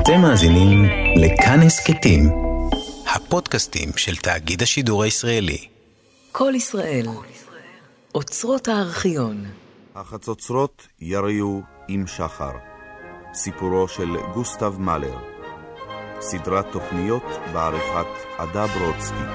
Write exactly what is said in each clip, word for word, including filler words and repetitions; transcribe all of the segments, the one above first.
אתם מאזינים לכאן הסכתים, הפודקאסטים של תאגיד השידור הישראלי. כל ישראל, אוצרות הארכיון. החצוצרות יריעו עם שחר, סיפורו של גוסטב מאלר, סדרת תוכניות בעריכת עדה ברודסקי.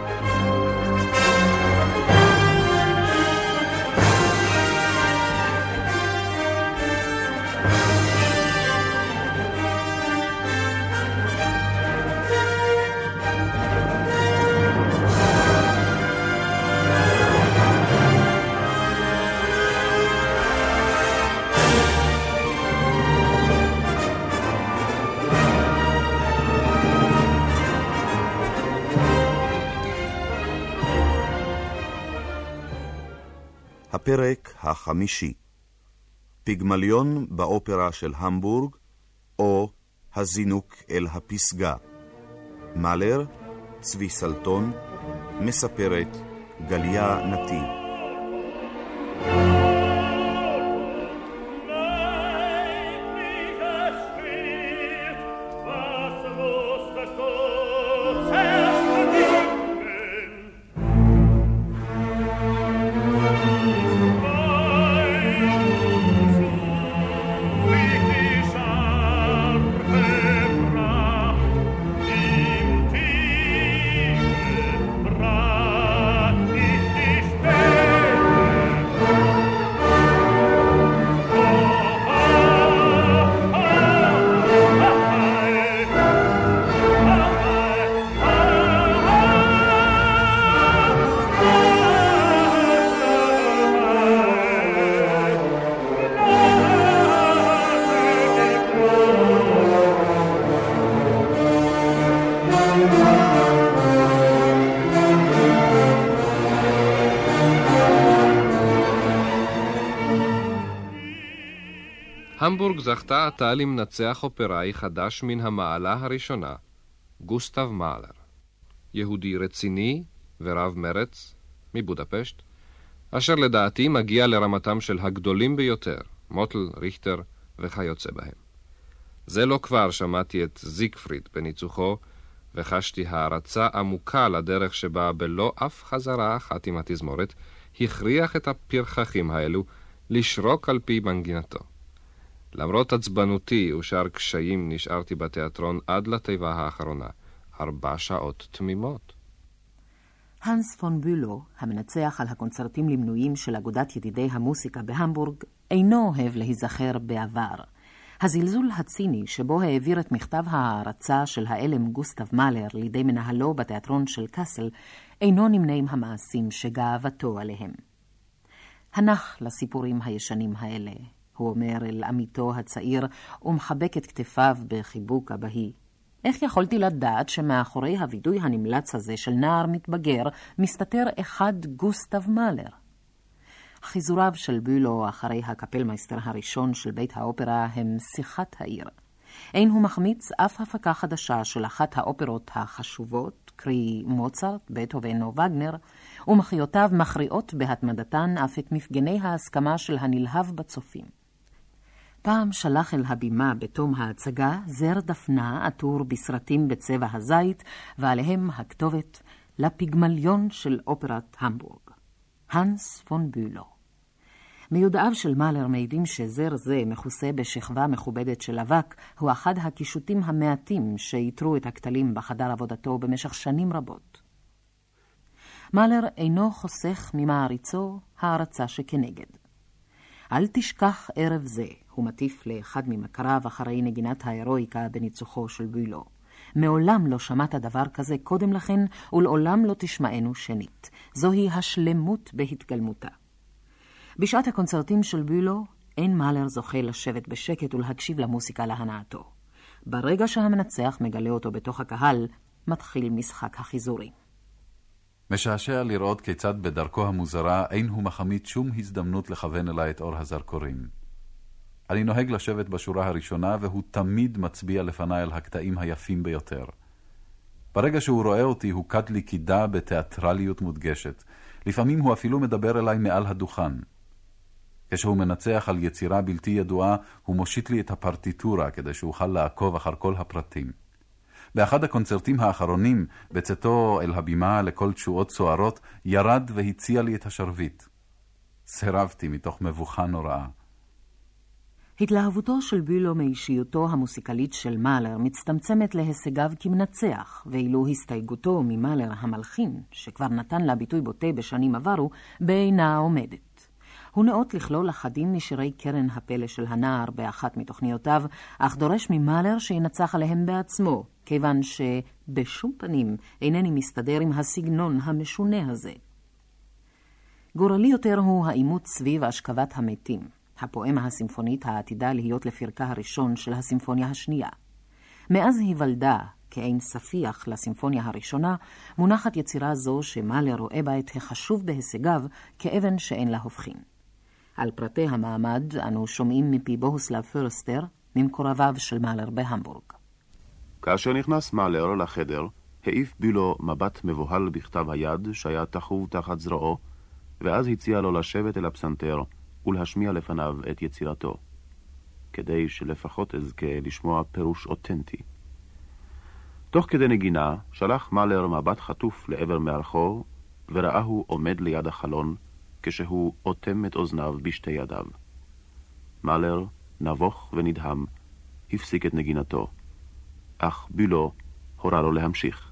הפרק החמישי, פיגמליון באופרה של המבורג, או הזינוק אל הפסגה. מאלר, צבי סלטון, מספרת גליה נתי. המבורג זכתה עתה למנצח אופראי חדש מן המעלה הראשונה, גוסטב מאלר. יהודי רציני ורב מרץ מבודפשט, אשר לדעתי מגיע לרמתם של הגדולים ביותר, מוטל, ריכטר וכיוצא בהם. זה לא כבר שמעתי את זיגפריד בניצוחו, וחשתי הערצה עמוקה לדרך שבה בלא אף חזרה אחת עם התזמורת, הכריח את הפרחחים האלו לשרוק על פי מנגינתו. למרות עצבנותי ושאר קשיים נשארתי בתיאטרון עד לתיבה האחרונה, ארבע שעות תמימות. הנס פון בולו, המנצח על הקונצרטים למנויים של אגודת ידידי המוסיקה בהמבורג, אינו אוהב להיזכר בעבר. הזלזול הציני שבו העביר את מכתב הערצה של האלם גוסטב מאלר לידי מנהלו בתיאטרון של קאסל, אינו נמנה עם המעשים שגאוותו עליהם. הנח לסיפורים הישנים האלה, הוא אומר אל עמיתו הצעיר ומחבק את כתפיו בחיבוק אבהי. איך יכולתי לדעת שמאחורי הוידוי הנמלץ הזה של נער מתבגר מסתתר אחד גוסטב מאלר? חיזוריו של בולו אחרי הקפלמייסטר הראשון של בית האופרה הם שיחת העיר. אין הוא מחמיץ אף הפקה חדשה של אחת האופרות החשובות, קרי מוצרט, בטהובן או וגנר, ומחיותיו מכריעות בהתמדתן אף את מפגני ההסכמה של הנלהב בצופים. פעם שלח אל הבימה בתום ההצגה זר דפנה עטור בסרטים בצבע הזית, ועליהם הכתובת לפיגמליון של אופרת המבורג. הנס פון בולו. מיודעיו של מאלר מעידים שזר זה מכוסה בשכבה מכובדת של אבק, הוא אחד הקישוטים המעטים שיתרו את הכתלים בחדר עבודתו במשך שנים רבות. מאלר אינו חוסך ממעריצו הערצה שכנגד. אל תשכח ערב זה, הוא מטיף לאחד ממכריו אחרי נגינת ההירואיקה בניצוחו של בולו. מעולם לא שמעת דבר כזה קודם לכן, ולעולם לא תשמענו שנית. זוהי השלמות בהתגלמותה. בשעת הקונצרטים של בולו, אין מאלר זוכה לשבת בשקט ולהקשיב למוסיקה להנאתו. ברגע שהמנצח מגלה אותו בתוך הקהל, מתחיל משחק החיזורים. משעשע לראות כיצד בדרכו המוזרה אין הוא מחמיץ שום הזדמנות לכוון אליי את אור הזרקורים. אני נוהג לשבת בשורה הראשונה, והוא תמיד מצביע לפניי על הקטעים היפים ביותר. ברגע שהוא רואה אותי, הוא קד לי קידה בתיאטרליות מודגשת. לפעמים הוא אפילו מדבר אליי מעל הדוכן. כשהוא מנצח על יצירה בלתי ידועה, הוא מושיט לי את הפרטיטורה כדי שאוכל לעקוב אחר כל הפרטים. באחד הקונצרטים האחרונים, בצאתו אל הבימה לכל תשועות סוערות, ירד והציע לי את השרביט. סירבתי מתוך מבוכה נוראה. התלהבותו של בילו מאישיותו המוסיקלית של מאלר מצטמצמת להישגיו כמנצח, ואילו הסתייגותו ממאלר המלחין, שכבר נתן לה ביטוי בוטה בשנים עברו, בעינה עומדת. הוא נאות לכלול אחדים משירי קרן הפלא של הנער באחת מתוכניותיו, אך דורש ממאלר שינצח עליהם בעצמו, כיוון שבשום פנים אינני מסתדר עם הסגנון המשונה הזה. גורלי יותר הוא האימות סביב השכבת המתים, הפואמה הסימפונית העתידה להיות לפרקה הראשון של הסימפוניה השנייה. מאז היוולדה, כאין ספיח לסימפוניה הראשונה, מונחת יצירה זו שמאלר רואה בה את החשוב בהישגיו כאבן שאין לה הופכין. על פרטי המעמד אנו שומעים מפי בוהוסלב פרסטר, ממקורביו של מאלר בהמבורג. כאשר נכנס מאלר לחדר, העיף בילו מבט מבוהל בכתב היד שהיה תחוב תחת זרועו, ואז הציע לו לשבת אל הפסנתר ולהשמיע לפניו את יצירתו, כדי שלפחות אזכה לשמוע פירוש אותנטי. תוך כדי נגינה שלח מאלר מבט חטוף לעבר מערכו, וראהו עומד ליד החלון כשהוא אוטם את אוזניו בשתי ידיו. מאלר, נבוך ונדהם, הפסיק את נגינתו, אך בילו הורה לו להמשיך.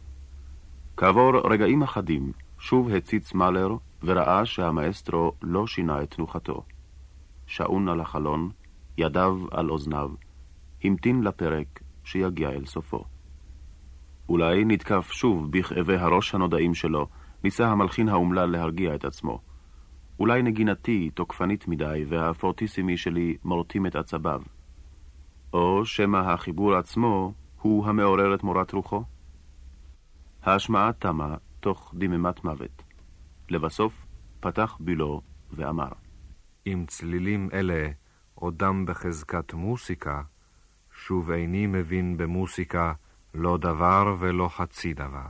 כעבור רגעים אחדים שוב הציץ מאלר וראה שהמאסטרו לא שינה את תנוחתו. שעון על החלון, ידיו על אוזניו, המתין לפרק שיגיע אל סופו. אולי נתקף שוב בכאבי הראש הנודעים שלו, ניסה המלחין האומלל להרגיע את עצמו. אולי נגינתי תוקפנית מדי והפורטיסימי שלי מורטים את עצביו. או שמא החיבור עצמו הוא המעורר את מורת רוחו? ההשמעה תמה תוך דממת מוות. לבסוף פתח בילו ואמר, אם צלילים אלה עודם בחזקת מוסיקה, שוב איני מבין במוסיקה לא דבר ולא חצי דבר.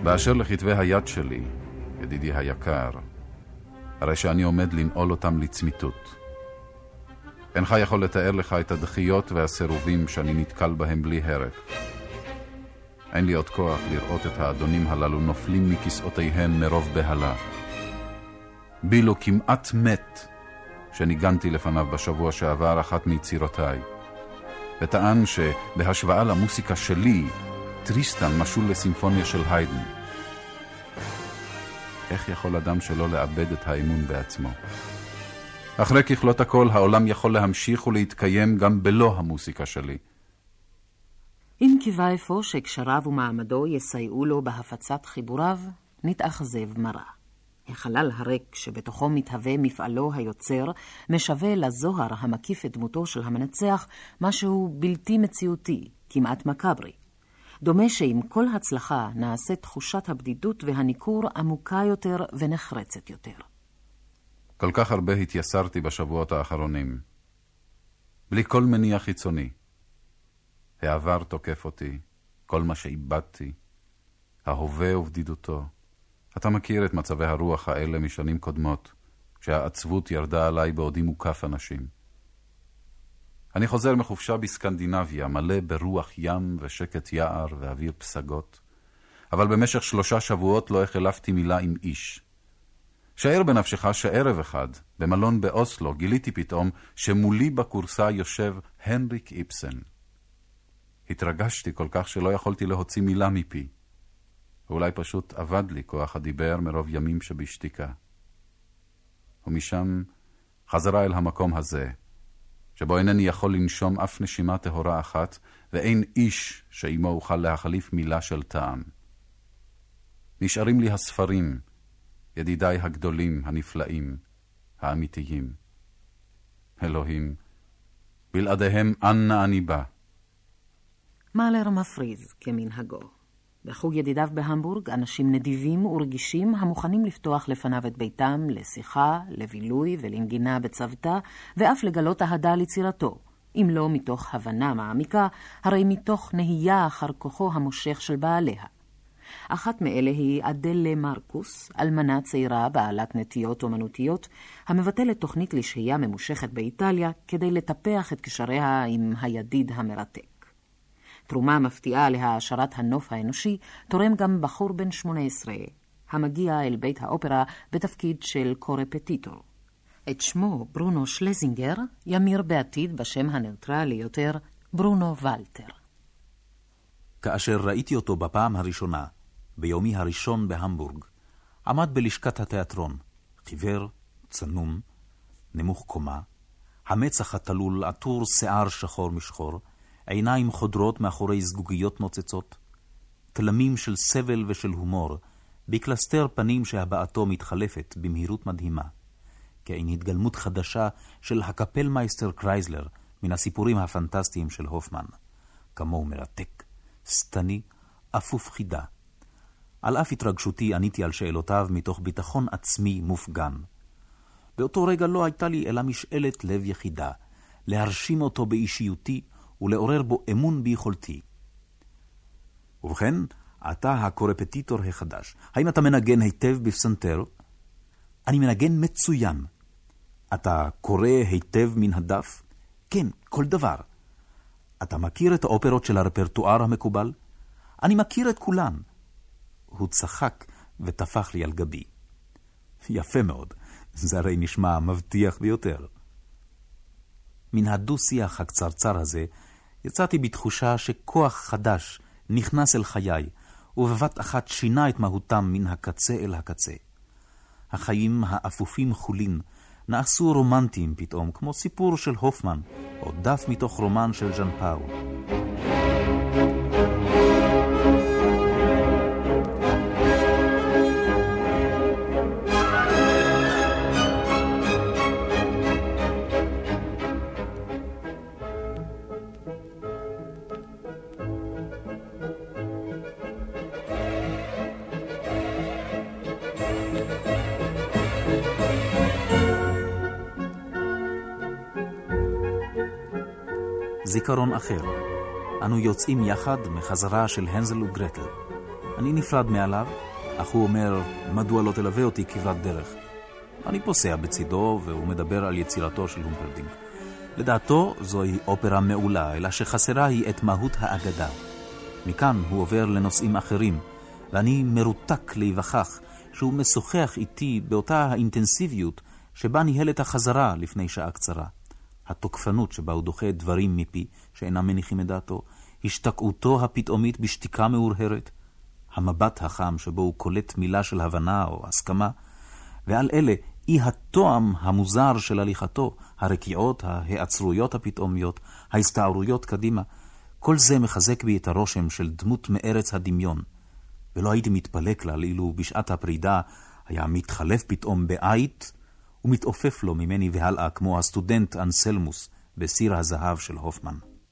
באשר לכתבי היד שלי, ידידי היקר, הרי שאני עומד לנעול אותם לצמיתות. אינך יכול לתאר לך את הדחיות והסירובים שאני נתקל בהם בלי הרף. אין לי עוד כוח לראות את האדונים הללו נופלים מכיסאותיהם מרוב בהלה. בילו כמעט מת שניגנתי לפניו בשבוע שעבר אחת מיצירותיי, וטען שבהשוואה למוסיקה שלי, טריסטן משול לסימפוניה של היידן. איך יכול אדם שלא לאבד את האמון בעצמו? אחרי ככלות הכל, העולם יכול להמשיך ולהתקיים גם בלא המוסיקה שלי. אם קיווה אפוא שקשריו ומעמדו יסייעו לו בהפצת חיבוריו, נתאכזב מרה. החלל הריק שבתוכו מתהווה מפעלו היוצר, משווה לזוהר המקיף את דמותו של המנצח משהו בלתי מציאותי, כמעט מקברי. דומה שעם כל הצלחה נעשה תחושת הבדידות והניכור עמוקה יותר ונחרצת יותר. כל כך הרבה התייסרתי בשבועות האחרונים, בלי כל מניע חיצוני. העבר תוקף אותי, כל מה שאיבדתי, ההווה ובדידותו. אתה מכיר את מצבי הרוח האלה משנים קודמות, שהעצבות ירדה עליי בעודי מוקף אנשים. אני חוזר מחופשה בסקנדינביה, מלא ברוח ים ושקט יער ואוויר פסגות, אבל במשך שלושה שבועות לא החלפתי מילה עם איש. שער בנפשך שערב אחד, במלון באוסלו, גיליתי פתאום שמולי בקורסה יושב הנריק איבסן. התרגשתי כל כך שלא יכולתי להוציא מילה מפי. ואולי פשוט עבד לי כוח הדיבר מרוב ימים שבשתיקה. ומשם חזרה אל המקום הזה, שבו אינני יכול לנשום אף נשימה טהורה אחת, ואין איש שעמו אוכל להחליף מילה של טעם. נשארים לי הספרים, ידידיי הגדולים, הנפלאים, האמיתיים. אלוהים, בלעדיהם אנה אני בא. מאלר מפריז כמנהגו. בחוג ידידיו בהמבורג, אנשים נדיבים ורגישים המוכנים לפתוח לפניו את ביתם לשיחה, לבילוי ולנגינה בצוותא, ואף לגלות אהדה ליצירתו, אם לא מתוך הבנה מעמיקה, הרי מתוך נהייה אחר כוחו המושך של בעליה. אחת מאלה היא אדלה מרקוס, אלמנה צעירה בעלת נטיות אומנותיות, המבטלת תוכנית לשהייה ממושכת באיטליה כדי לטפח את קשריה עם הידיד המרתק. תרומה מפתיעה להעשרת הנוף האנושי תורם גם בחור בן שמונה עשרה, המגיע אל בית האופרה בתפקיד של קורפטיטור. את שמו, ברונו שלזינגר, ימיר בעתיד בשם הנeutrלי יותר, ברונו ולטר. כאשר ראיתי אותו בפעם הראשונה, ביומי הראשון בהמבורג, עמד בלשכת התיאטרון, חיוור, צנום, נמוך קומה, המצח התלול עטור שיער שחור משחור, עיניים חודרות מאחורי זגוגיות נוצצות, תלמים של סבל ושל הומור, בקלסטר פנים שהבעתו מתחלפת במהירות מדהימה, כעין התגלמות חדשה של הקפלמייסטר קרייזלר מן הסיפורים הפנטסטיים של הופמן, כמוהו מרתק, סתני, אפוף חידה. על אף התרגשותי עניתי על שאלותיו מתוך ביטחון עצמי מופגן. באותו רגע לא הייתה לי אלא משאלת לב יחידה, להרשים אותו באישיותי ולעורר בו אמון ביכולתי. ובכן, אתה הקורפטיטור החדש. האם אתה מנגן היטב בפסנתר? אני מנגן מצוין. אתה קורא היטב מן הדף? כן, כל דבר. אתה מכיר את האופרות של הרפרטואר המקובל? אני מכיר את כולן. הוא צחק ותפח לי על גבי. יפה מאוד, זה הרי נשמע מבטיח ביותר. מן הדו-שיח הקצרצר הזה, יצאתי בתחושה שכוח חדש נכנס אל חיי, ובבת אחת שינה את מהותם מן הקצה אל הקצה. החיים האפופים חולין נעשו רומנטיים פתאום, כמו סיפור של הופמן, או דף מתוך רומן של ז'אן פאול. זיכרון אחר. אנו יוצאים יחד מחזרה של הנזל וגרטל. אני נפרד מעליו, אך הוא אומר, מדוע לא תלווה אותי כברת דרך? אני פוסע בצידו, והוא מדבר על יצירתו של הומפרדינק. לדעתו זוהי אופרה מעולה, אלא שחסרה היא את מהות האגדה. מכאן הוא עובר לנושאים אחרים, ואני מרותק להיווכח שהוא משוחח איתי באותה האינטנסיביות שבה ניהלת החזרה לפני שעה קצרה. התוקפנות שבה הוא דוחה דברים מפי שאינם מניחים את דעתו, השתקעותו הפתאומית בשתיקה מאורהרת, המבט החם שבו הוא קולט מילה של הבנה או הסכמה, ועל אלה אי התואם המוזר של הליכתו, הרקיעות, ההעצרויות הפתאומיות, ההסתערויות קדימה, כל זה מחזק בי את הרושם של דמות מארץ הדמיון, ולא הייתי מתפלא כלל אילו בשעת הפרידה היה מתחלף פתאום בעית, ומתעופף לו ממני והלאה כמו הסטודנט אנסלמוס בסיר הזהב של הופמן.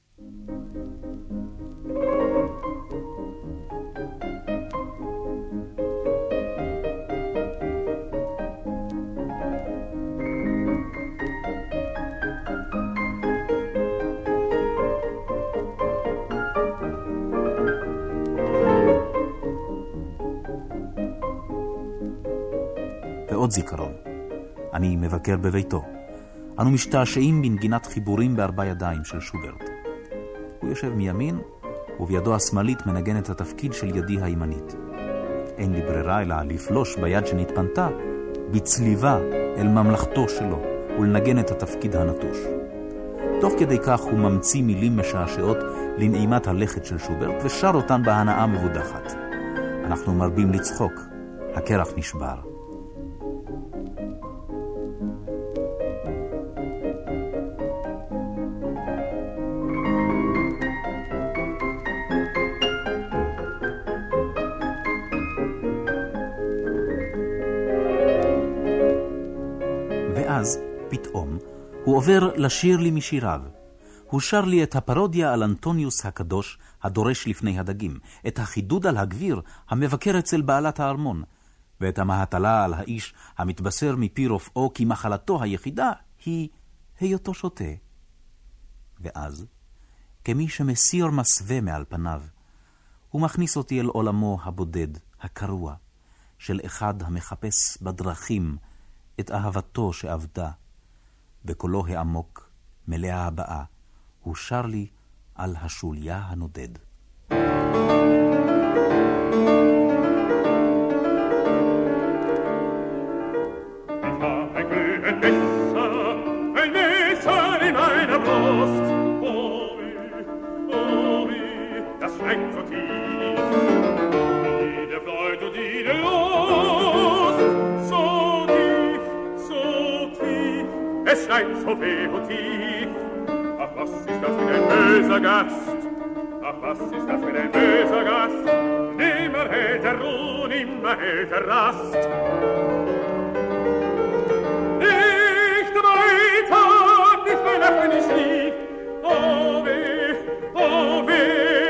ועוד זיכרון. אני מבקר בביתו. אנו משתעשעים בנגינת חיבורים בארבע ידיים של שוברט. הוא יושב מימין, ובידו השמאלית מנגן את התפקיד של ידי הימנית. אין לי ברירה אלא לפלוש ביד שנתפנתה, בצליבה אל ממלכתו שלו, ולנגן את התפקיד הנטוש. תוך כדי כך הוא ממציא מילים משעשעות לנעימת הלכת של שוברט, ושר אותן בהנאה מבודחת. אנחנו מרבים לצחוק. הקרח נשבר. ואז, פתאום, הוא עובר לשיר לי משיריו. הוא שר לי את הפרודיה על אנטוניוס הקדוש, הדורש לפני הדגים, את החידוד על הגביר, המבקר אצל בעלת הארמון, ואת המהטלה על האיש, המתבשר מפי רופאו, כי מחלתו היחידה היא היותו שותה. ואז, כמי שמסיר מסווה מעל פניו, הוא מכניס אותי אל עולמו הבודד, הקרוע, של אחד המחפש בדרכים את אהבתו שעבדה. בקולו העמוק, מלאה הבאה, הוא שר לי על השוליה הנודד. Es scheint so weh und tief. Ach, was ist das für ein böser Gast? Ach, was ist das für ein böser Gast? Nimmer hält er Ruhe, nimmer hält er Rast. Nicht weiter, nicht mehr nach, wenn ich schlief. Oh weh, oh weh.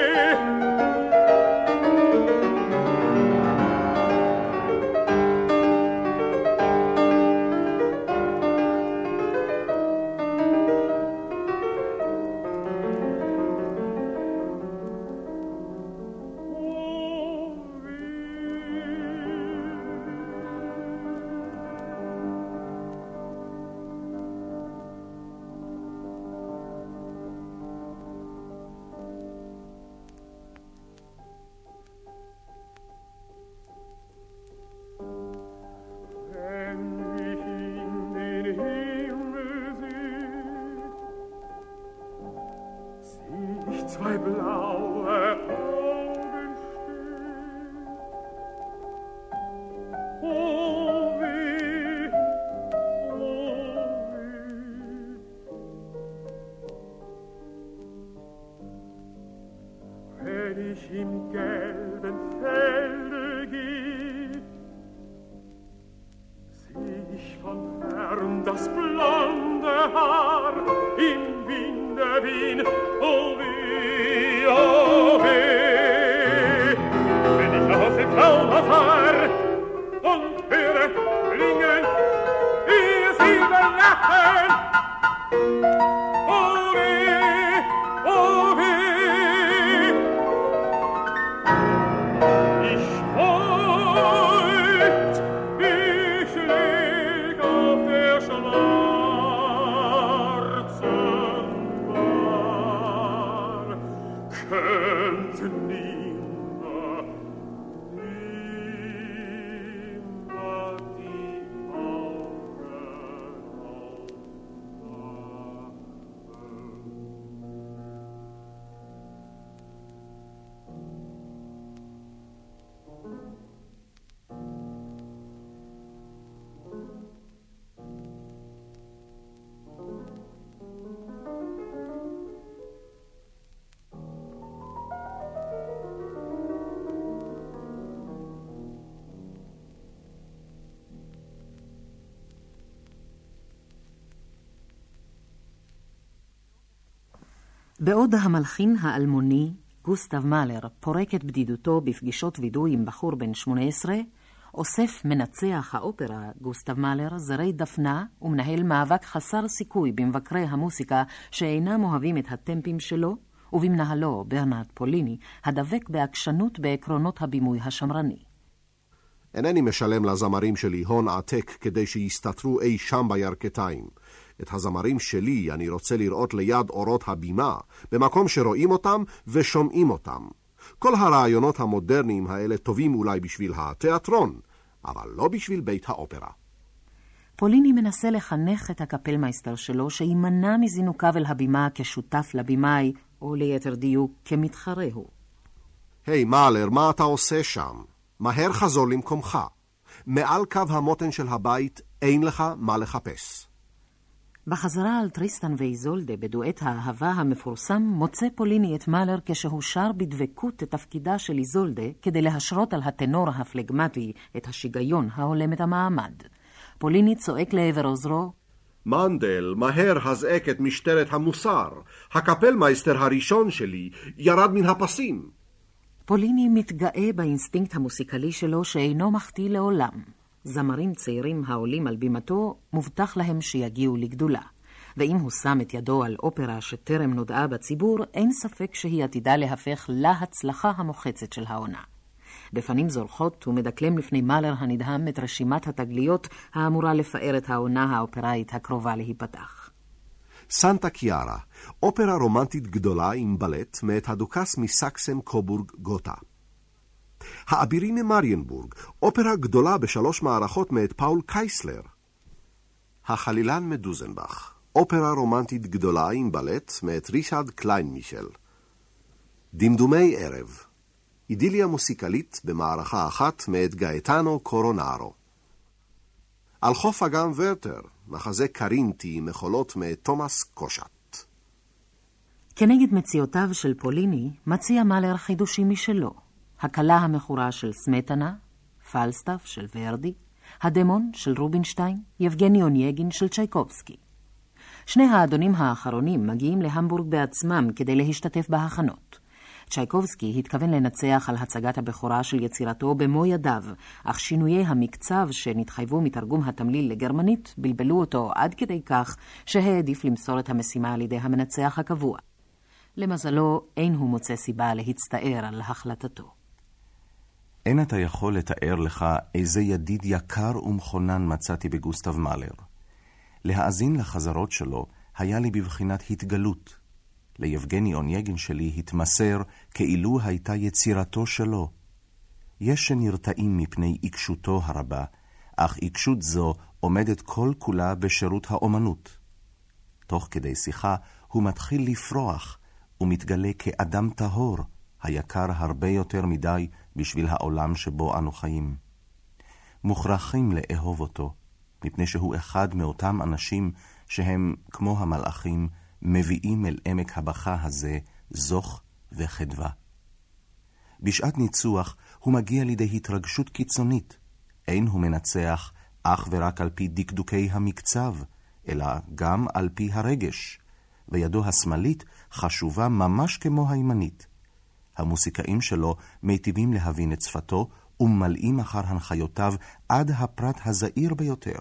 Zwei blaue Augen stehen. Oh weh, oh weh. Wenn ich im gelben Felde geh, seh ich von fern das blonde Haar im Winde wehen. Oh weh, oh weh, wenn ich aus dem Traum erfahr und höre klingen ihr Silberlachen. Oh weh, oh weh, ich schönste nimmer, בעוד המלחין האלמוני, גוסטב מאלר, פורק את בדידותו בפגישות וידוי עם בחור בן שמונה עשרה, אוסף מנצח האופרה, גוסטב מאלר, זרי דפנה ומנהל מאבק חסר סיכוי במבקרי המוסיקה שאינם אוהבים את הטמפים שלו, ובמנהלו, ברנרד פוליני, הדבק בעקשנות בעקרונות הבימוי השמרני. אינני משלם לזמרים שלי הון עתק כדי שיסתתרו אי שם בירכתיים. את הזמרים שלי אני רוצה לראות ליד אורות הבימה, במקום שרואים אותם ושומעים אותם. כל הרעיונות המודרניים האלה טובים אולי בשביל התיאטרון, אבל לא בשביל בית האופרה. פוליני מנסה לחנך את הקפלמייסטר שלו שימנע מזינוקיו אל הבימה כשותף לבימאי, או ליתר דיוק כמתחרה הוא. היי מאלר, מה אתה עושה שם? מהר חזור למקומך. מעל קו המותן של הבית אין לך מה לחפש. בחזרה על טריסטן ואיזולדה בדואט האהבה המפורסם, מוצא פוליני את מאלר כשהוא שר בדבקות את תפקידה של איזולדה כדי להשרות על הטנור הפלגמטי את השיגיון ההולם את המעמד. פוליני צועק לעבר עוזרו, מנדל, מהר הזעק את משטרת המוסר. הקפלמייסטר הראשון שלי ירד מן הפסים. פוליני מתגאה באינסטינקט המוסיקלי שלו שאינו מחטיא לעולם. זמרים צעירים העולים על בימתו מובטח להם שיגיעו לגדולה. ואם הוא שם את ידו על אופרה שטרם נודעה בציבור, אין ספק שהיא עתידה להפך להצלחה המוחצת של העונה. בפנים זורחות הוא מדקלם לפני מאלר הנדהם את רשימת התגליות האמורה לפאר את העונה האופראית הקרובה להיפתח. סנטה קיארה, אופרה רומנטית גדולה עם בלט מאת הדוכס מסקסן קובורג גותה. האבירים ממריינבורג, אופרה גדולה בשלוש מערכות מאת פאול קייסלר. החלילן מדוזנבך, אופרה רומנטית גדולה עם בלט מאת רישרד קליינמישל. דמדומי ערב, אידיליה מוסיקלית במערכה אחת מאת גאטנו קורונארו. על חוף אגם ורטר, מחזה קרינטי מחולות מאת תומאס קושט. כנגד מציאותיו של פוליני, מציע מאלר חידושים משלו. הקלה המכורה של סמטנה, פלסטף של ורדי, הדמון של רובינשטיין, יבגני אונייגין של צ'ייקובסקי. שני האדונים האחרונים מגיעים להמבורג בעצמם כדי להשתתף בהכנות. צ'ייקובסקי התכוון לנצח על הצגת הבכורה של יצירתו במו ידיו, אך שינויי המקצב שנתחייבו מתרגום התמליל לגרמנית בלבלו אותו עד כדי כך שהעדיף למסור את המשימה על ידי המנצח הקבוע. למזלו, אין הוא מוצא סיבה להצטער על החלטתו. אין אתה יכול לתאר לך איזה ידיד יקר ומכונן מצאתי בגוסטב מאלר. להאזין לחזרות שלו היה לי בבחינת התגלות. ליבגני אונייגין שלי התמסר כאילו הייתה יצירתו שלו. יש שנרתעים מפני עיקשותו הרבה, אך עיקשות זו עומדת כל כולה בשירות האומנות. תוך כדי שיחה הוא מתחיל לפרוח, ומתגלה כאדם טהור, היקר הרבה יותר מדי בשביל העולם שבו אנו חיים. מוכרחים לאהוב אותו, מפני שהוא אחד מאותם אנשים שהם, כמו המלאכים, מביאים אל עמק הבכה הזה זוך וחדווה. בשעת ניצוח הוא מגיע לידי התרגשות קיצונית. אין הוא מנצח אך ורק על פי דקדוקי המקצב, אלא גם על פי הרגש. וידו השמאלית חשובה ממש כמו הימנית. המוסיקאים שלו מיטיבים להבין את שפתו ומלאים אחר הנחיותיו עד הפרט הזעיר ביותר.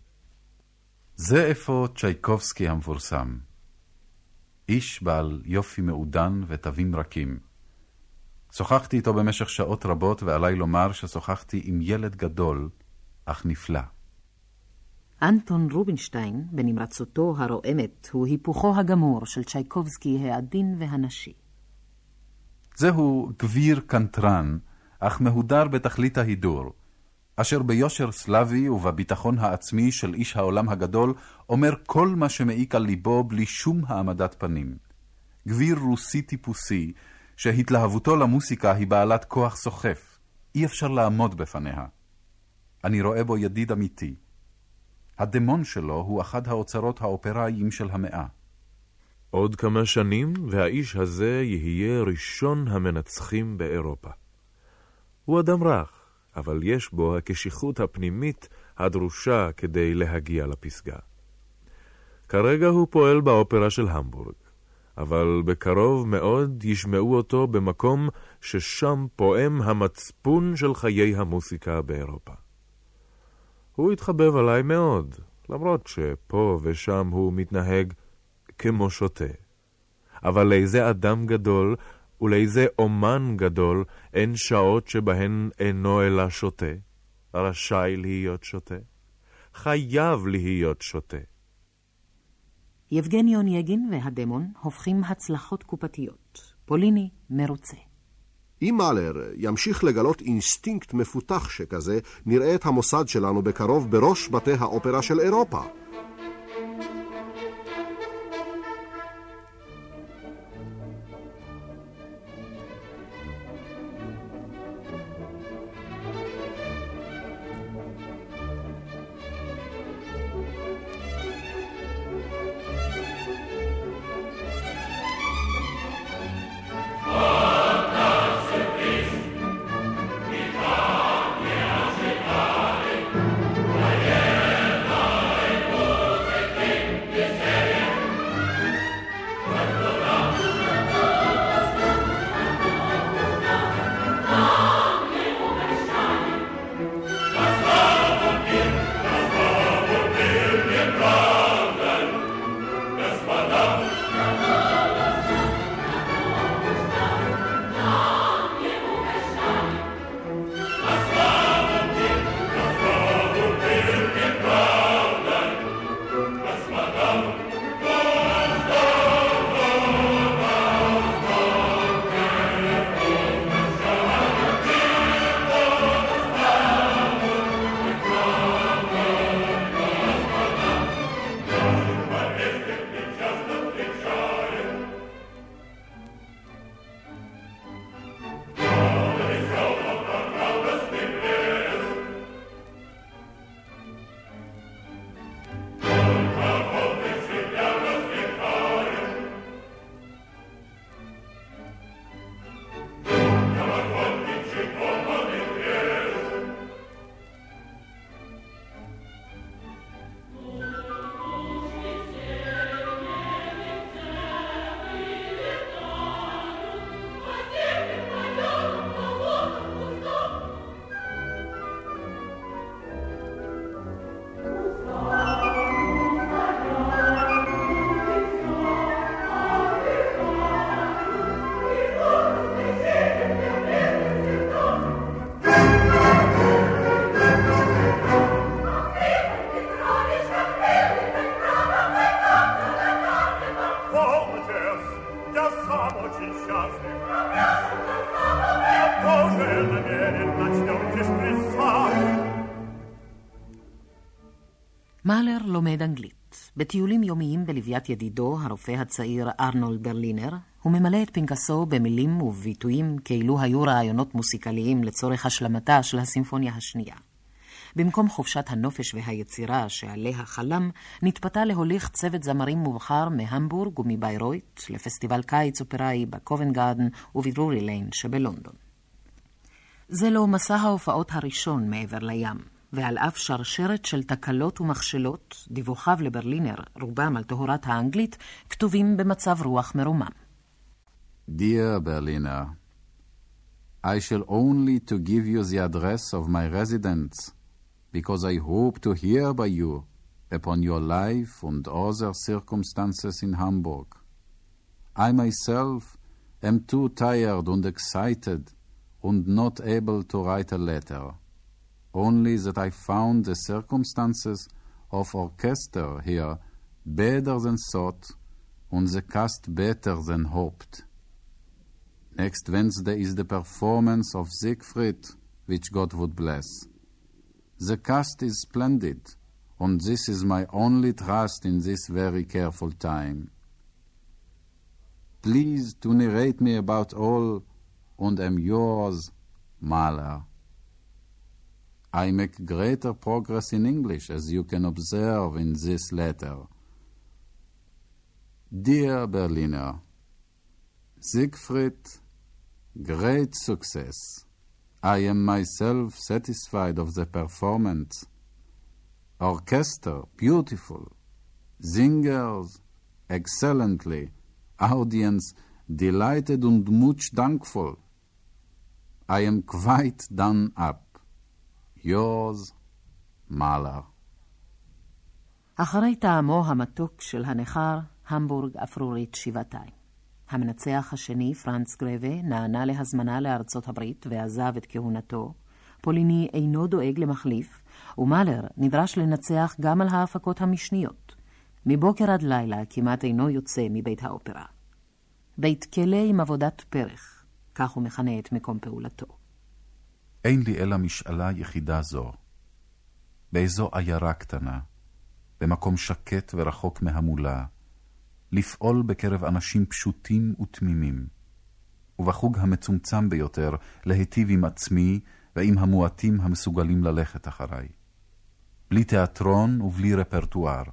זה איפה צ'ייקובסקי המפורסם. איש בעל יופי מעודן ותווים רכים. שוחחתי איתו במשך שעות רבות, ועליי לומר ששוחחתי עם ילד גדול, אך נפלא. אנטון רובינשטיין, בנמרצותו הרועמת, הוא היפוכו הגמור של צ'ייקובסקי העדין והנשי. זהו גביר קנטרן, אך מהודר בתכלית ההידור, אשר ביושר סלאבי ובביטחון העצמי של איש העולם הגדול, אומר כל מה שמעיק על ליבו בלי שום העמדת פנים. גביר רוסי טיפוסי, שהתלהבותו למוסיקה היא בעלת כוח סוחף, אי אפשר לעמוד בפניה. אני רואה בו ידיד אמיתי. הדמון שלו הוא אחד האוצרות האופראיים של המאה. עוד כמה שנים, והאיש הזה יהיה ראשון המנצחים באירופה. הוא אדם רך, אבל יש בו הקשיחות הפנימית הדרושה כדי להגיע לפסגה. כרגע הוא פועל באופרה של המבורג, אבל בקרוב מאוד ישמעו אותו במקום ששם פועם המצפון של חיי המוסיקה באירופה. הוא התחבב עליי מאוד, למרות שפה ושם הוא מתנהג כמו שוטה. אבל לאיזה אדם גדול ולאיזה אומן גדול אין שעות שבהן אינו אלא שוטה. רשאי להיות שוטה. חייב להיות שוטה. יבגני אונייגין והדמון הופכים הצלחות קופתיות. פוליני מרוצה. אם מאלר ימשיך לגלות אינסטינקט מפותח שכזה, נראה את המוסד שלנו בקרוב בראש בתי האופרה של אירופה. מאלר לומד אנגלית. בטיולים יומיים בלוויית ידידו, הרופא הצעיר ארנולד ברלינר, הוא ממלא את פנקסו במילים וביטויים כאילו היו רעיונות מוסיקליים לצורך השלמתה של הסימפוניה השנייה. במקום חופשת הנופש והיצירה שעליה חלם, נתפתה להוליך צוות זמרים מובחר מהמבורג ומביירויט לפסטיבל קיץ אופראי בקובנט גארדן ובדרורי ליין שבלונדון. זה לא מסע ההופעות הראשון מעבר לים, ועל אף שרשרת של תקלות ומכשלות, דיווחיו לברלינר, רובם על תורת האנגלית, כתובים במצב רוח מרומם. Dear Berliner, I shall only to give you the address of my residence, because I hope to hear by you upon your life and other circumstances in Hamburg. I myself am too tired and excited and not able to write a letter, only that I found the circumstances of orchestra here better than thought and the cast better than hoped. Next Wednesday is the performance of Siegfried, which God would bless. The cast is splendid, and this is my only trust in this very careful time. Please to narrate me about all, and am yours, Mahler. I make greater progress in English, as you can observe in this letter. Dear Berliner, Siegfried, great success. I am myself satisfied of the performance. Orchestra, beautiful. Singers, excellently. Audience, delighted and much thankful. I am quite done up. Yours, Mahler. אחרי טעמו המתוק של הנכר, המבורג אפרורית שבעתיים. המנצח השני, פרנץ גרבה, נענה להזמנה לארצות הברית ועזב את כהונתו. פוליני אינו דואג למחליף, ומאלר נדרש לנצח גם על ההפקות המשניות. מבוקר עד לילה כמעט אינו יוצא מבית האופרה. בית כלא עם עבודת פרח, כך הוא מכנה את מקום פעולתו. אין לי אלא משאלה יחידה זו. באיזו עיירה קטנה, במקום שקט ורחוק מהמולה, לפעול בקרב אנשים פשוטים ותמימים, ובחוג המצומצם ביותר להיטיב עם עצמי ועם המועטים המסוגלים ללכת אחריי. בלי תיאטרון ובלי רפרטואר.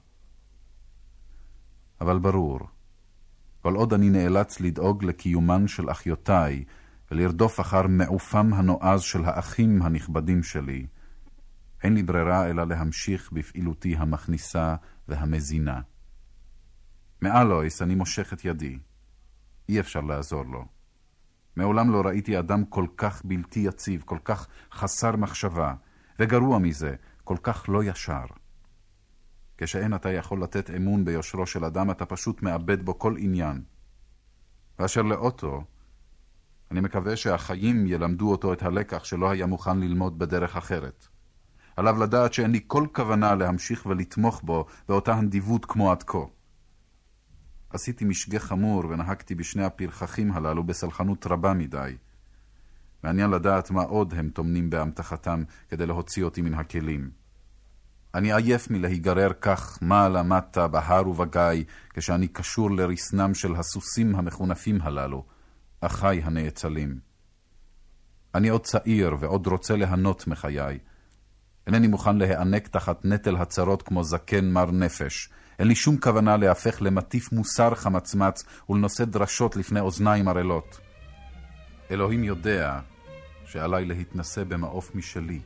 אבל ברור, כל עוד אני נאלץ לדאוג לקיומן של אחיותיי ולרדוף אחר מעופם הנועז של האחים הנכבדים שלי, אין לי ברירה אלא להמשיך בפעילותי המכניסה והמזינה. מאלויס אני מושך את ידי. אי אפשר לעזור לו. מעולם לא ראיתי אדם כל כך בלתי יציב, כל כך חסר מחשבה, וגרוע מזה, כל כך לא ישר. כשאין אתה יכול לתת אמון ביושרו של אדם, אתה פשוט מאבד בו כל עניין. ואשר לאוטו, אני מקווה שהחיים ילמדו אותו את הלקח שלא היה מוכן ללמוד בדרך אחרת. עליו לדעת שאין לי כל כוונה להמשיך ולתמוך בו באותה הנדיבות כמו עד כה. עשיתי משגה חמור ונהגתי בשני הפרחחים הללו בסלחנות רבה מדי. מעניין לדעת מה עוד הם תומנים באמתחתם כדי להוציא אותי מן הכלים. אני עייף מלהיגרר כך מעלה מטה בהר ובגיא כשאני קשור לרסנם של הסוסים המחונפים הללו, אחי הנאצלים. אני עוד צעיר ועוד רוצה להנות מחיי. אינני מוכן להיענק תחת נטל הצרות כמו זקן מר נפש. אין לי שום כוונה להפך למטיף מוסר חמצמץ ולנושא דרשות לפני אוזניים ערלות. אלוהים יודע שעליי להתנסה במעוף משלי.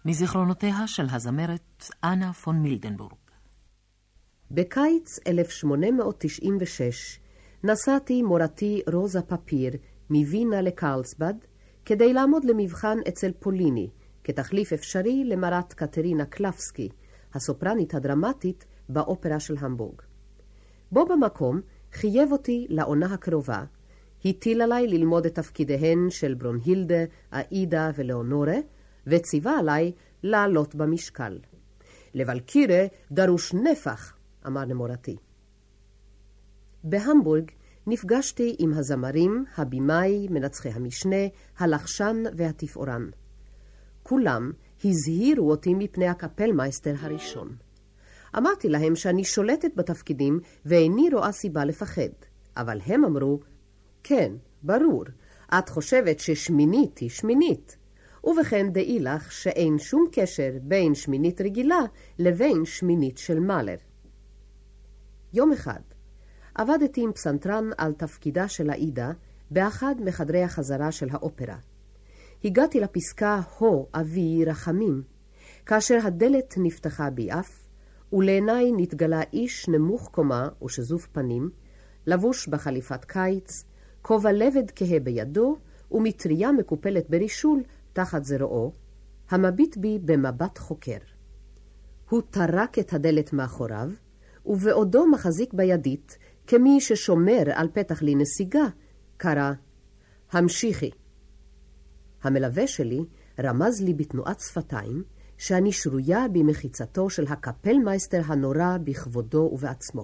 מזיכרונותיה של הזמרת אנה פון מילדנבורג. בקיץ אלף שמונה מאות תשעים ושש נסעתי מורתי רוזה פפיר מווינה לקרלסבד כדי לעמוד למבחן אצל פוליני, כתחליף אפשרי למרת קטרינה קלפסקי, הסופרנית הדרמטית באופרה של המבורג. בו במקום חייב אותי לעונה הקרובה, הטיל עליי ללמוד את תפקידיהן של ברונהילדה, אאידה ולאונורה, וציווה עליי לעלות במשקל. לבלקירה דרוש נפח, אמר למורתי. בהמבורג נפגשתי עם הזמרים, הבימאי, מנצחי המשנה, הלחשן והתפאורן. כולם הזהירו אותי מפני הקפלמייסטר הראשון. אמרתי להם שאני שולטת בתפקידים ואיני רואה סיבה לפחד, אבל הם אמרו, כן, ברור, את חושבת ששמינית היא שמינית, ובכן דעי לך שאין שום קשר בין שמינית רגילה לבין שמינית של מאלר. יום אחד עבדתי עם פסנתרן על תפקידה של אאידה באחד מחדרי החזרה של האופרה. הגעתי לפסקה הו אבי רחמים, כאשר הדלת נפתחה ביעף, ולעיניי נתגלה איש נמוך קומה ושזוף פנים, לבוש בחליפת קיץ, כובע לבד כהה בידו ומטריה מקופלת ברישול תחת זרועו, המביט בי במבט חוקר. הוא טרק את הדלת מאחוריו, ובעודו מחזיק בידית, כמי ששומר על פתח לי נסיגה, קרא, המשיכי. המלווה שלי רמז לי בתנועת שפתיים, שאני שרויה במחיצתו של הקפלמייסטר הנורא בכבודו ובעצמו.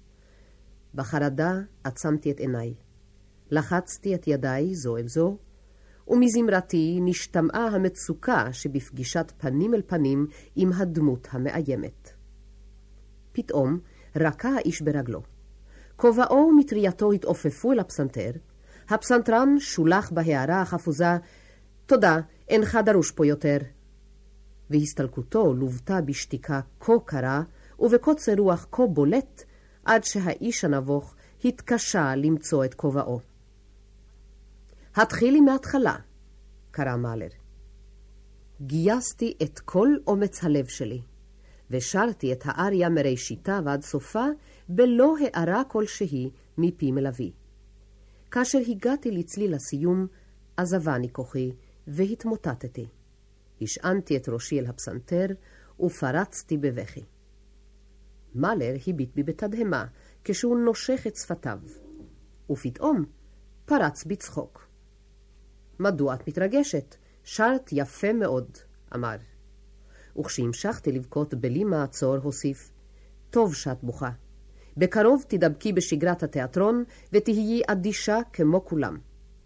בחרדה עצמתי את עיניי. לחצתי את ידיי זו אל זו, ומזמרתי נשתמעה המצוקה שבפגישת פנים אל פנים עם הדמות המאיימת. פתאום רקע האיש ברגלו. כובעו ומטרייתו התעופפו אל הפסנתר, הפסנתרן שולח בהערה החפוזה, תודה, אינך דרוש פה יותר. והסתלקותו לובטה בשתיקה כה קרה ובקוצר רוח כה בולט, עד שהאיש הנבוך התקשה למצוא את כובעו. התחילי מההתחלה, קרא מאלר. גייסתי את כל אומץ הלב שלי, ושרתי את האריה מראשיתה ועד סופה, בלא הערה כלשהי מפי מלוי. כאשר הגעתי לצליל הסיום, עזבני כוחי והתמוטטתי. השענתי את ראשי אל הפסנתר ופרצתי בבכי. מאלר הביט בי בתדהמה כשהוא נושך את שפתיו, ופתאום פרץ בצחוק. מדוע את מתרגשת? שרת יפה מאוד, אמר. וכשהמשכתי לבכות בלי מעצור הוסיף, טוב שאת בוכה. בקרוב תדבקי בשגרת התיאטרון ותהיי אדישה כמו כולם.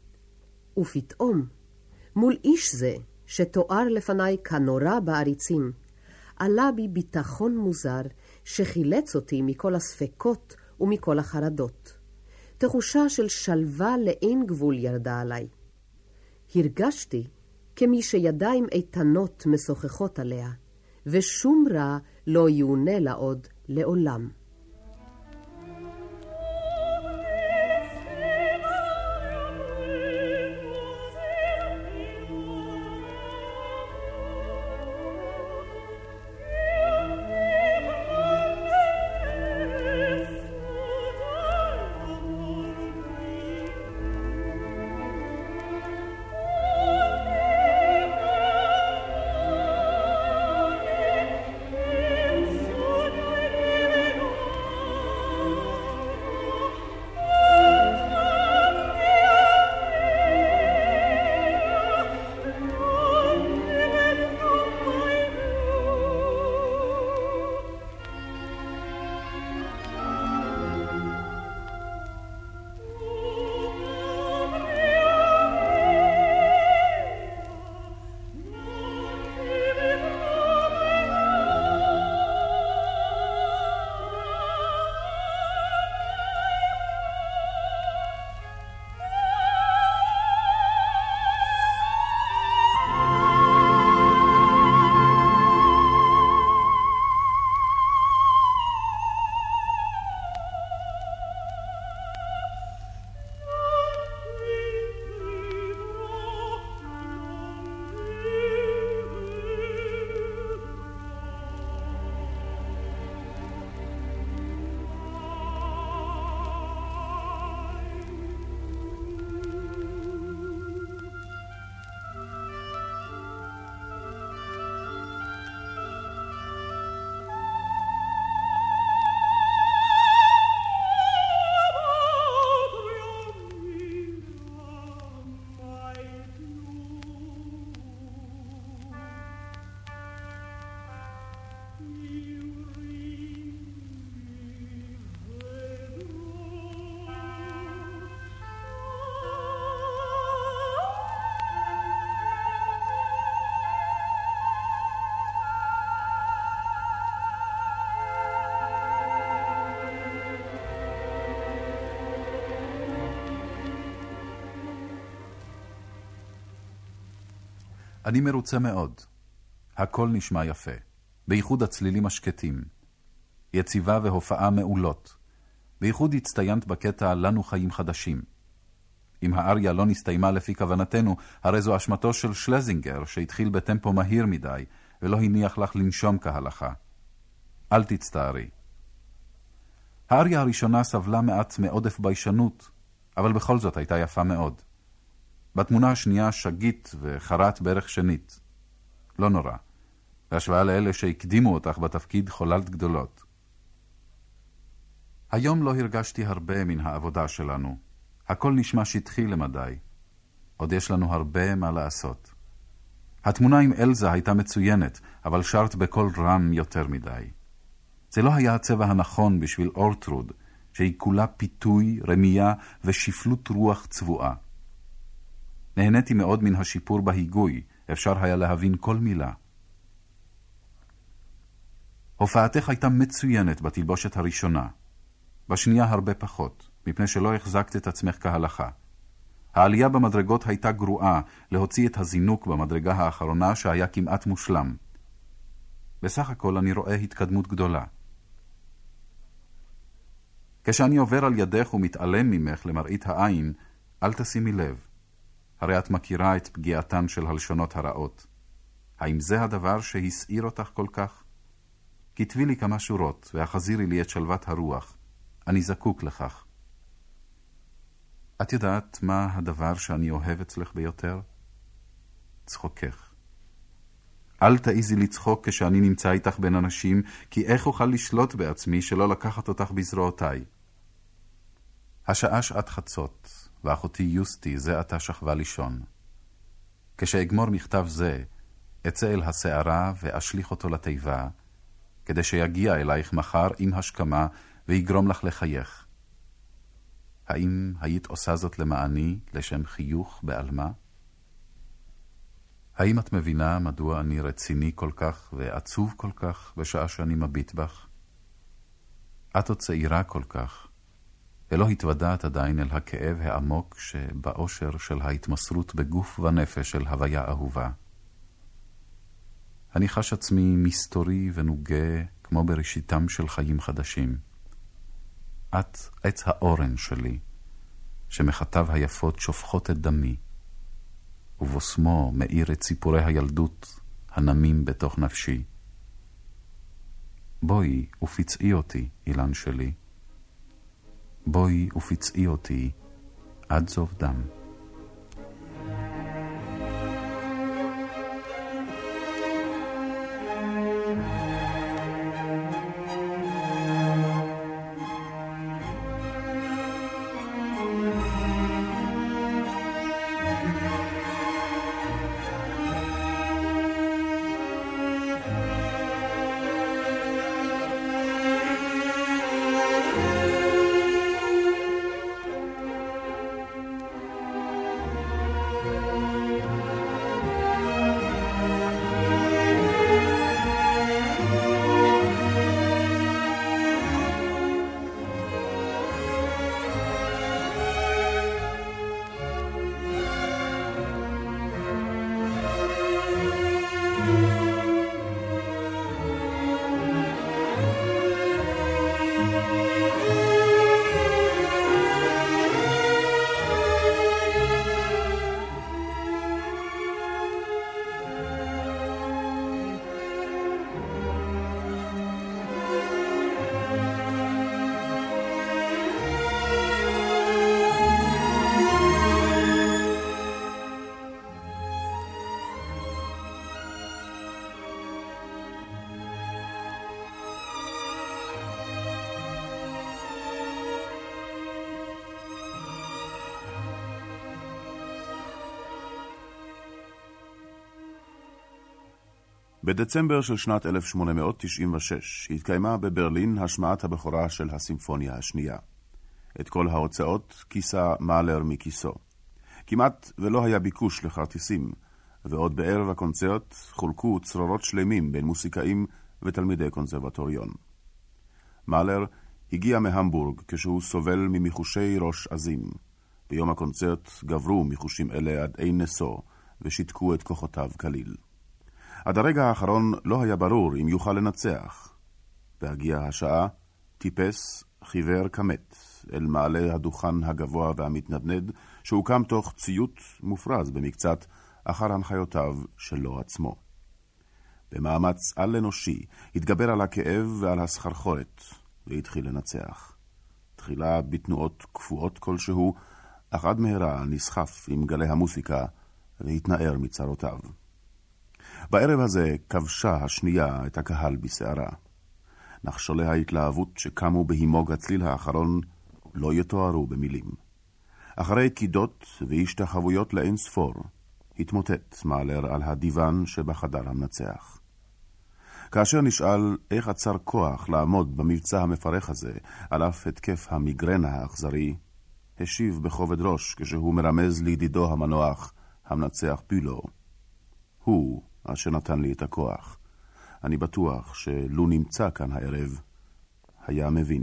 ופתאום, מול איש זה שתואר לפניי כנורא בעריצים, עלה בי ביטחון מוזר שחילץ אותי מכל הספקות ומכל החרדות. תחושה של שלווה לאין גבול ירדה עליי. הרגשתי כמי שידיים איתנות משוחחות עליה, ושום רע לא יעונה לה עוד לעולם. Oh אני מרוצה מאוד. הכל נשמע יפה, בייחוד הצלילים השקטים. יציבה והופעה מעולות. בייחוד הצטיינת בקטע לנו חיים חדשים. אם האריה לא נסתיימה לפי כוונתנו, הרי זו אשמתו של שלזינגר, שהתחיל בטמפו מהיר מדי, ולא הניח לך לנשום כהלכה. אל תצטערי. האריה הראשונה סבלה מעט מעודף ביישנות, אבל בכל זאת הייתה יפה מאוד. בתמונה השנייה שגית וחרת בערך שנית. לא נורא. בהשוואה לאלה שהקדימו אותך בתפקיד חוללת גדולות. היום לא הרגשתי הרבה מן העבודה שלנו. הכל נשמע שטחי למדי. עוד יש לנו הרבה מה לעשות. התמונה עם אלזה הייתה מצוינת, אבל שרת בכל רם יותר מדי. זה לא היה הצבע הנכון בשביל אורטרוד, שהיא כולה פיתוי, רמייה ושפלות רוח צבועה. נהניתי מאוד מן השיפור בהיגוי, אפשר היה להבין כל מילה. הופעתך הייתה מצוינת בתלבושת הראשונה. בשנייה הרבה פחות, מפני שלא החזקת את עצמך כהלכה. העלייה במדרגות הייתה גרועה, להוציא את הזינוק במדרגה האחרונה שהיה כמעט מושלם. בסך הכל אני רואה התקדמות גדולה. כשאני עובר על ידך ומתעלם ממך למראית העין, אל תשימי לב. הרי את מכירה את פגיעתן של הלשונות הרעות. האם זה הדבר שהסעיר אותך כל כך? כתבי לי כמה שורות והחזירי לי את שלוות הרוח. אני זקוק לכך. את יודעת מה הדבר שאני אוהב אצלך ביותר? צחוקך. אל תעיזי לצחוק כשאני נמצא איתך בין אנשים, כי איך אוכל לשלוט בעצמי שלא לקחת אותך בזרועותיי. השעה שעת חצות, ואחותי יוסטי זה עתה שכבה לישון. כשאגמור מכתב זה, אצא אל הסערה ואשליך אותו לתיבה, כדי שיגיע אלייך מחר עם השכמה ויגרום לך לחייך. האם היית עושה זאת למעני, לשם חיוך בעלמה? האם את מבינה מדוע אני רציני כל כך ועצוב כל כך בשעה שאני מביט בך? את עוד צעירה כל כך, ולא התוודעת עדיין אל הכאב העמוק שבאושר של ההתמסרות בגוף ונפש של הוויה אהובה. אני חש עצמי מסתורי ונוגה כמו בראשיתם של חיים חדשים. את עץ האורן שלי, שמחטיו היפות שופכות את דמי, ובוסמו מאיר את ציפורי הילדות הנמים בתוך נפשי. בואי ופצעי אותי, אילן שלי. בואי ופצעי אותי עד זוב דם. בדצמבר של שנת אלף שמונה מאות תשעים ושש התקיימה בברלין השמעת הבכורה של הסימפוניה השנייה. את כל ההוצאות כיסה מאלר מכיסו. כמעט ולא היה ביקוש לכרטיסים, ועוד בערב הקונצרט חולקו צרורות שלמים בין מוסיקאים ותלמידי קונסרבטוריון. מאלר הגיע מהמבורג כשהוא סובל ממיחושי ראש עזים. ביום הקונצרט גברו מיחושים אלה עד אין נסו, ושיתקו את כוחותיו כליל. עד הרגע האחרון לא היה ברור אם יוכל לנצח. בהגיע השעה, טיפס חיוור כמת אל מעלה הדוכן הגבוה והמתנדנד, שהוקם תוך ציות מופרז במקצת אחר הנחיותיו שלו עצמו. במאמץ על-אנושי התגבר על הכאב ועל הסחרחורת, והתחיל לנצח. תחילה בתנועות קפואות כלשהו, אך עד מהרה נסחף עם גלי המוסיקה והתנער מצרותיו. בערב הזה כבשה השנייה את הקהל בסערה. נחשולי ההתלהבות שקמו בהימוג הצליל האחרון לא יתוארו במילים. אחרי קידות והשתחוויות לאין ספור, התמוטט מאלר על הדיוון שבחדר המנצח. כאשר נשאל איך עצר כוח לעמוד במבצע המפרך הזה, על אף התקף המיגרנה האכזרי, השיב בכובד ראש כשהוא מרמז לידידו המנוח, המנצח בילו. הוא אשר נתן לי את הכוח. אני בטוח שלו נמצא כאן הערב, היה מבין.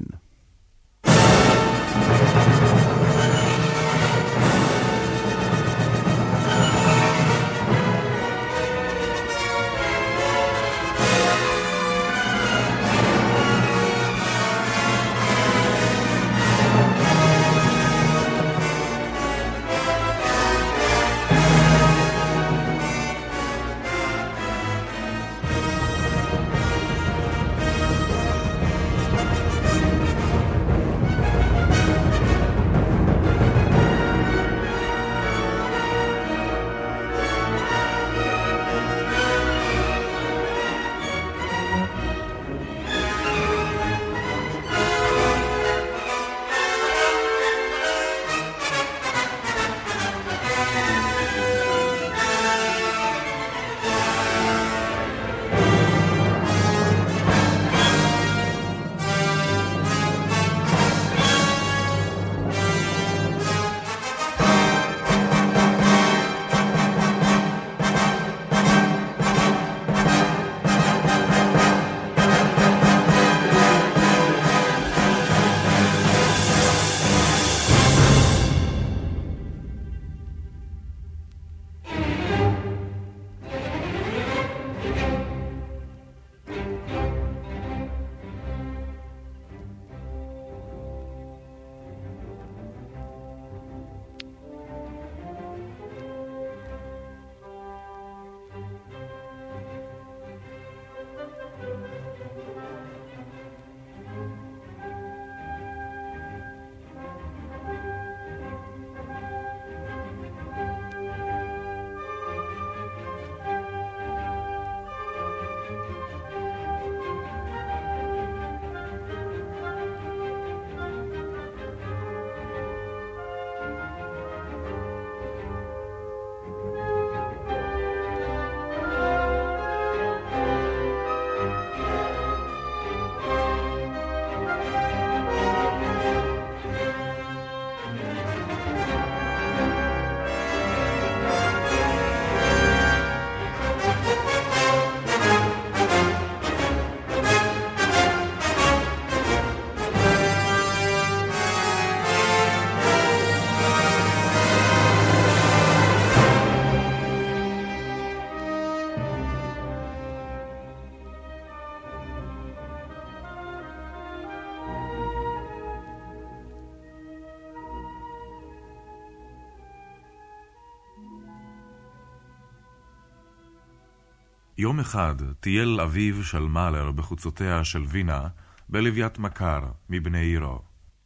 יום אחד טייל אביו של מאלר בחוצותיה של וינה בלוויית מכר מבני עירו.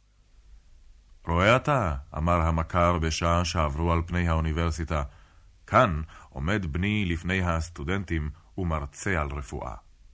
רואה אתה, אמר המכר בשעה שעברו על פני האוניברסיטה, כאן עומד בני לפני הסטודנטים ומרצה על רפואה.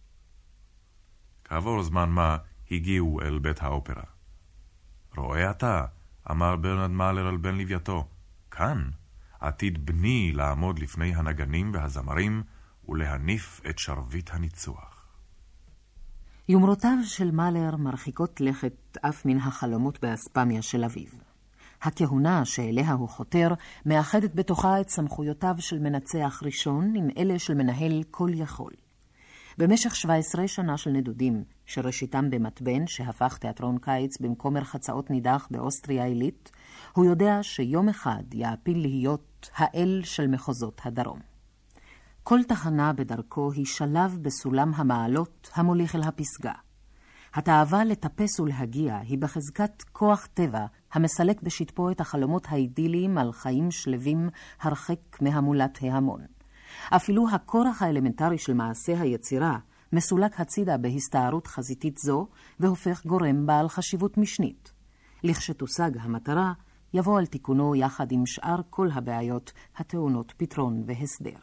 כעבור זמן מה הגיעו אל בית האופרה. רואה אתה, אמר ברנרד מאלר על בן לווייתו, כאן עתיד בני לעמוד לפני הנגנים והזמרים ולהניף את שרביט הניצוח. יומרותיו של מאלר מרחיקות לכת אף מן החלומות באספמיה של אביו. הכהונה שאליה הוא חותר מאחדת בתוכה את סמכויותיו של מנצח ראשון עם אלה של מנהל כל יכול. במשך שבע עשרה שנה של נדודים, שראשיתם במתבן שהפך תיאטרון קיץ במקום מרחצאות נידח באוסטריה עילית, הוא יודע שיום אחד יעפיל להיות האל של מחוזות הדרום. כל תחנה בדרכו היא שלב בסולם המעלות המוליך אל הפסגה. התאווה לטפס ולהגיע היא בחזקת כוח טבע המסלק בשטפו את החלומות האידיליים על חיים שלבים הרחק מהמולת ההמון. אפילו הכורח האלמנטרי של מעשה היצירה מסולק הצידה בהסתערות חזיתית זו והופך גורם בעל חשיבות משנית. לכשתושג המטרה, יבוא על תיקונו יחד עם שאר כל הבעיות הטעונות פתרון והסדר.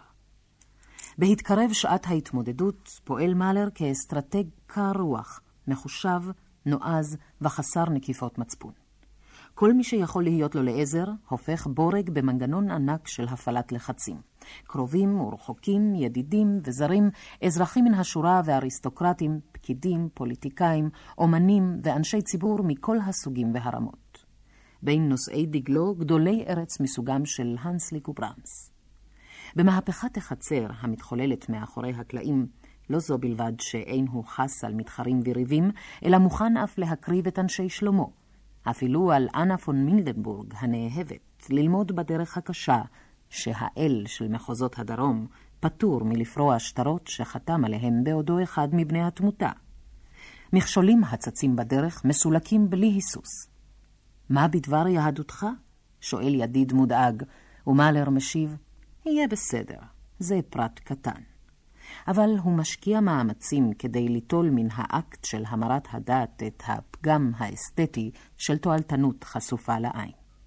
בהתקרב שעת ההתמודדות פועל מאלר כאסטרטג קר רוח, מחושב, נועז וחסר נקיפות מצפון. כל מי שיכול להיות לו לעזר הופך בורג במנגנון ענק של הפעלת לחצים. קרובים ורחוקים, ידידים וזרים, אזרחים מן השורה ואריסטוקרטים, פקידים, פוליטיקאים, אומנים ואנשי ציבור מכל הסוגים והרמות. בין נושאי דגלו גדולי ארץ מסוגם של הנסליק וברמס. במהפכת החצר המתחוללת מאחורי הקלעים, לא זו בלבד שאין הוא חס על מתחרים וריבים, אלא מוכן אף להקריב את אנשי שלמה. אפילו על אנה פון מילדנבורג הנאהבת ללמוד בדרך הקשה שהאל של מחוזות הדרום פטור מלפרוע שטרות שחתם עליהם בעודו אחד מבני התמותה. מכשולים הצצים בדרך מסולקים בלי היסוס. מה בדבר יהדותך? שואל ידיד מודאג, ומאלר משיב, יהיה בסדר, זה פרט קטן. אבל הוא משקיע מאמצים כדי ליטול מן האקט של המרת הדת את הפגם האסתטי של תועלתנות חשופה לעין.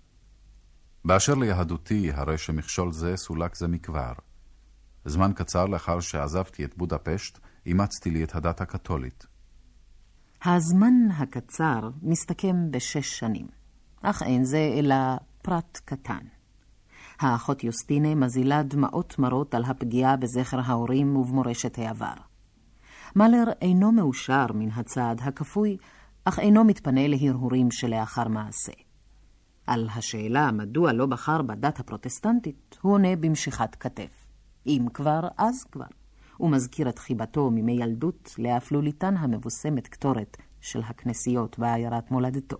באשר ליהדותי, הרי שמכשול זה סולק זה מכבר. זמן קצר לאחר שעזבתי את בודפשט, אימצתי לי את הדת הקתולית. הזמן הקצר מסתכם בשש שנים, אך אין זה אלא פרט קטן. האחות יוסטינה מזילה דמעות מרות על הפגיעה בזכר ההורים ובמורשת העבר. מאלר אינו מאושר מן הצעד הכפוי, אך אינו מתפנה להרהורים שלאחר מעשה. על השאלה מדוע לא בחר בדת הפרוטסטנטית, הוא עונה במשיכת כתף. אם כבר, אז כבר. הוא מזכיר את חיבתו מימי ילדות לאפלוליתן המבוסמת כתורת של הכנסיות בעיירת מולדתו.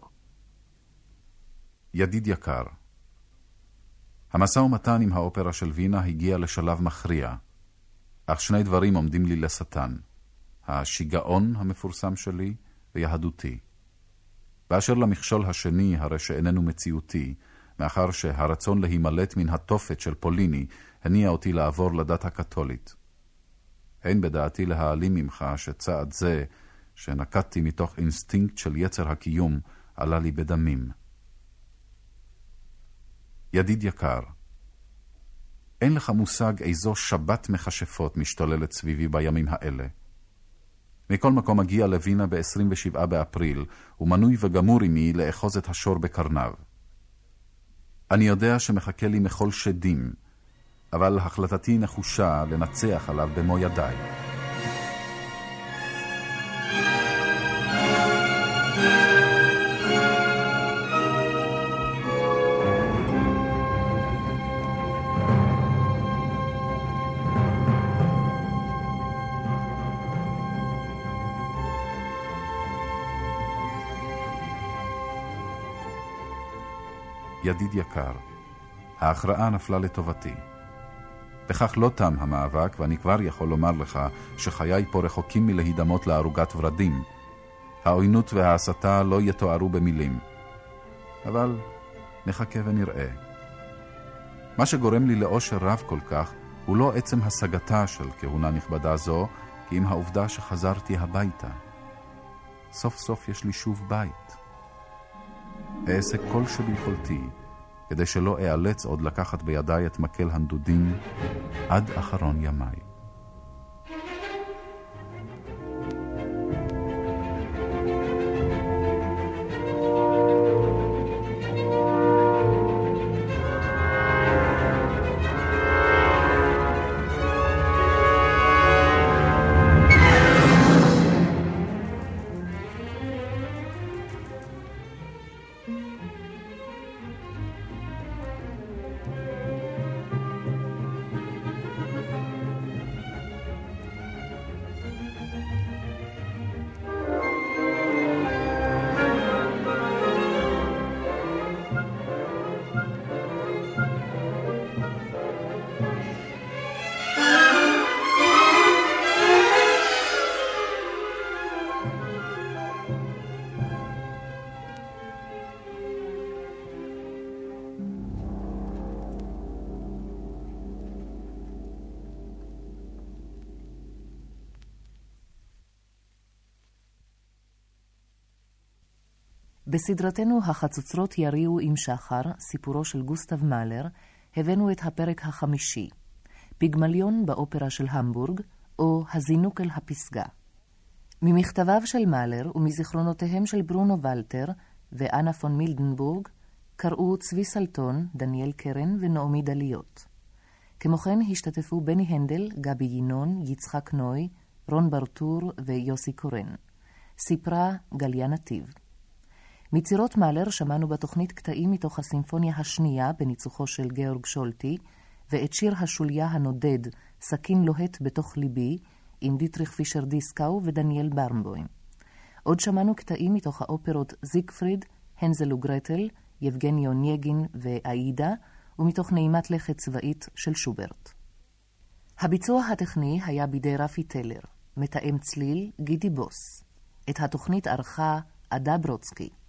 ידיד יקר, המשא ומתן עם האופרה של וינה הגיע לשלב מכריע, אך שני דברים עומדים לי לשטן, השיגעון המפורסם שלי ויהדותי. באשר למכשול השני, הרי שאיננו מציאותי, מאחר שהרצון להימלט מן התופת של פוליני הניע אותי לעבור לדת הקתולית. אין בדעתי להעלים ממך שצעד זה, שנקטתי מתוך אינסטינקט של יצר הקיום, עלה לי בדמים. ידיד יקר, אין לך מושג איזו שבת מכשפות משתוללת סביבי בימים האלה. מכל מקום מגיע לווינה ב-עשרים ושבעה באפריל, ומנוי וגמור עמי לאחוז את השור בקרניו. אני יודע שמחכה לי מחול שדים, אבל החלטתי נחושה לנצח עליו במו ידיי. ידיד יקר, ההכרעה נפלה לטובתי. בכך לא תם המאבק, ואני כבר יכול לומר לך שחיי פה רחוקים מלהידמות לערוגת ורדים. העוינות וההסתה לא יתוארו במילים. אבל נחכה ונראה. מה שגורם לי לאושר רב כל כך, הוא לא עצם השגתה של כהונה נכבדה זו, כי אם העובדה שחזרתי הביתה. סוף סוף יש לי שוב בית. אעשה כל שביכולתי, כדי שלא אאלץ עוד לקחת בידיי את מקל הנדודים עד אחרון ימיי. בסדרתנו החצוצרות יריעו עם שחר, סיפורו של גוסטב מאלר, הבאנו את הפרק החמישי, פיגמליון באופרה של המבורג, או הזינוק אל הפסגה. ממכתביו של מאלר ומזיכרונותיהם של ברונו ולטר ואנה פון מילדנבורג, קראו צבי סלטון, דניאל קרן ונעמי דליות. כמו כן השתתפו בני הנדל, גבי ינון, יצחק נוי, רון ברטור ויוסי קורן. סיפרה גליה נתיב. מצירות מאלר שמענו בתוכנית קטעים מתוך הסימפוניה השנייה בניצוחו של גאורג שולטי, ואת שיר השוליה הנודד, סכין לוהט בתוך ליבי, עם דיטריך פישר דיסקאו ודניאל ברנבוים. עוד שמענו קטעים מתוך האופרות זיגפריד, הנזל וגרטל, יבגני אונייגין ואידה, ומתוך נעימת לכת צבאית של שוברט. הביצוע הטכני היה בידי רפי טלר, מתאם צליל גידי בוס. את התוכנית ערכה עדה ברוצקי.